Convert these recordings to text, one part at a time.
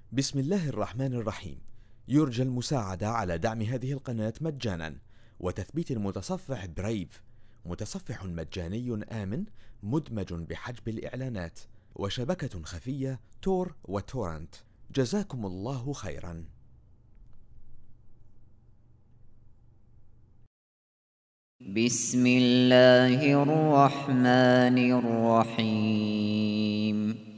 بسم الله الرحمن الرحيم. يرجى المساعدة على دعم هذه القناة مجانا وتثبيت المتصفح برايف، متصفح مجاني آمن مدمج بحجب الإعلانات، وشبكة خفية تور وتورنت. جزاكم الله خيرا. بسم الله الرحمن الرحيم.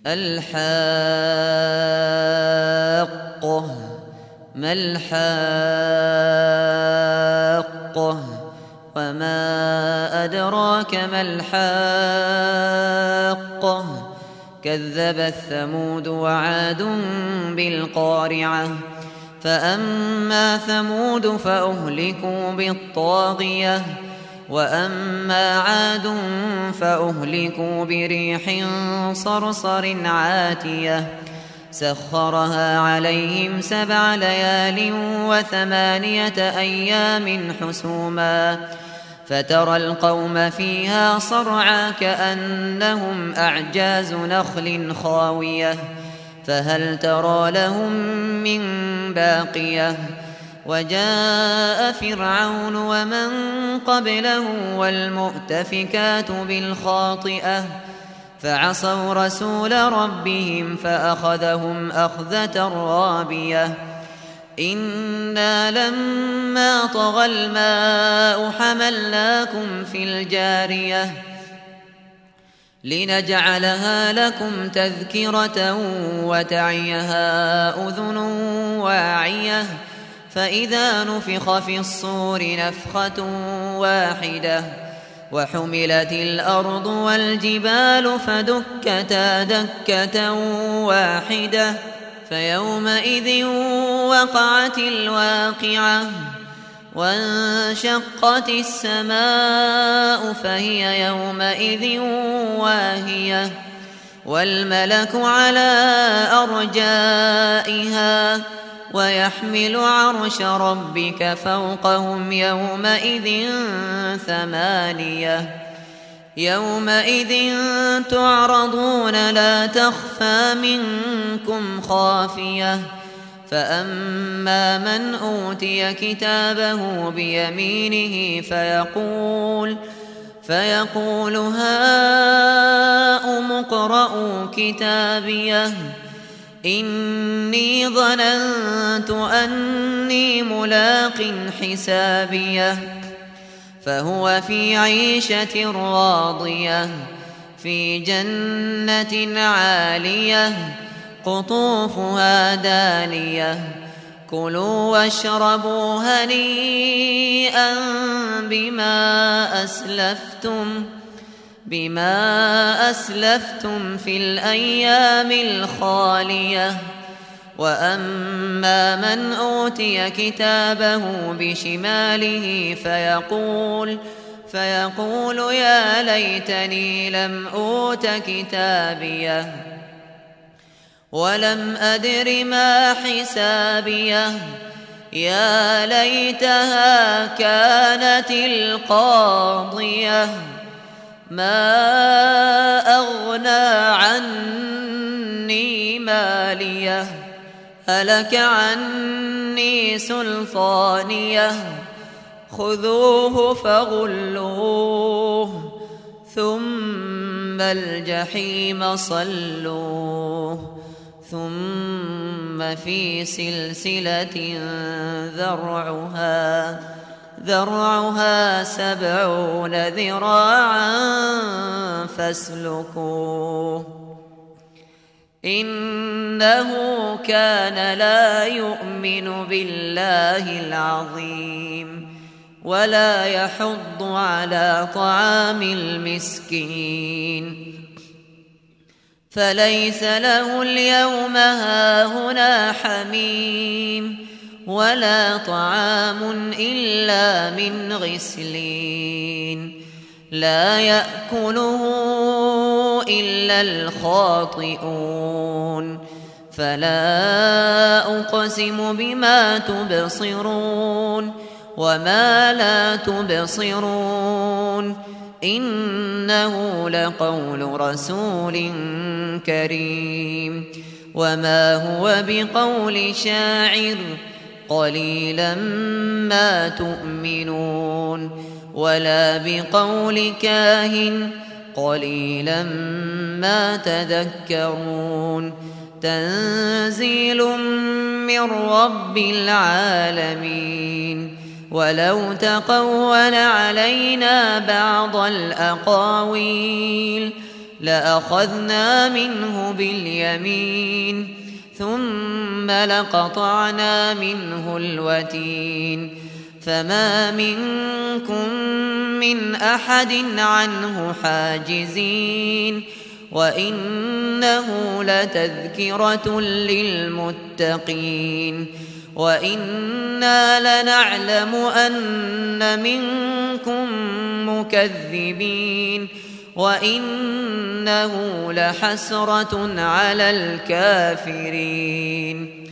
الحاقة، ما الحاقة، وما أدراك ما الحاقة. كذبت ثمود وعاد بالقارعة، فأما ثمود فأهلكوا بالطاغية، وأما عاد فأهلكوا بريح صرصر عاتية سخرها عليهم 7 ليال و8 أيام حسوما، فترى القوم فيها صرعى كأنهم أعجاز نخل خاوية، فهل ترى لهم من باقية. وجاء فرعون ومن قبله والمؤتفكات بالخاطئة، فعصوا رسول ربهم فأخذهم أخذة رابية. إنا لما طغى الماء حملناكم في الجارية لنجعلها لكم تذكرة وتعيها أذن واعية، فإذا نفخ في الصور نفخة واحدة وحملت الأرض والجبال فدكتا دكة واحدة، فيومئذ وقعت الواقعة، وانشقت السماء فهي يومئذ واهية، والملك على أرجائها، ويحمل عرش ربك فوقهم يومئذ 8. يومئذ تعرضون لا تخفى منكم خافية، فأما من أوتي كتابه بيمينه فيقول هاؤم اقرءوا كتابيه إني ظننت أني ملاق حسابيه، فهو في عيشة راضية في جنة عالية قطوفها دانية. كلوا واشربوا هنيئا بما أسلفتم في الأيام الخالية. وأما من أوتي كتابه بشماله فيقول يا ليتني لم أوت كتابيه ولم أدر ما حسابيه، يا ليتها كانت القاضية، ما أغنى عني ماليه، هلك عني سلطانيه، خذوه فغلوه ثم الجحيم صلوه، ثم في سلسلة ذرعها 70 ذراعا فاسلكوه. إنه كان لا يؤمن بالله العظيم ولا يحض على طعام المسكين، فليس له اليوم هاهنا حميم ولا طعام إلا من غسلين، لا يأكله إلا الخاطئون. فلا أقسم بما تبصرون وما لا تبصرون، إنه لقول رسول كريم وما هو بقول شاعر قليلا ما تؤمنون ولا بقول كاهن قليلا ما تذكرون تنزيل من رب العالمين ولو تقول علينا بعض الأقاويل لأخذنا منه باليمين ثم لقطعنا منه الوتين فما منكم من أحد عنه حاجزين وإنه لتذكرة للمتقين وإنا لنعلم أن منكم مكذبين وإنه لحسرة على الكافرين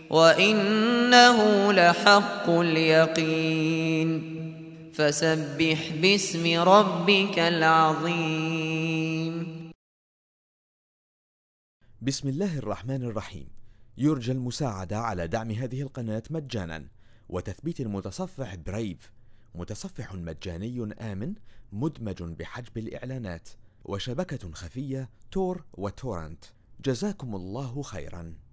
وإنه لحق اليقين فسبح باسم ربك العظيم. بسم الله الرحمن الرحيم. يرجى المساعدة على دعم هذه القناة مجانا وتثبيت المتصفح برايف، متصفح مجاني آمن مدمج بحجب الإعلانات، وشبكة خفية تور وتورنت. جزاكم الله خيرا.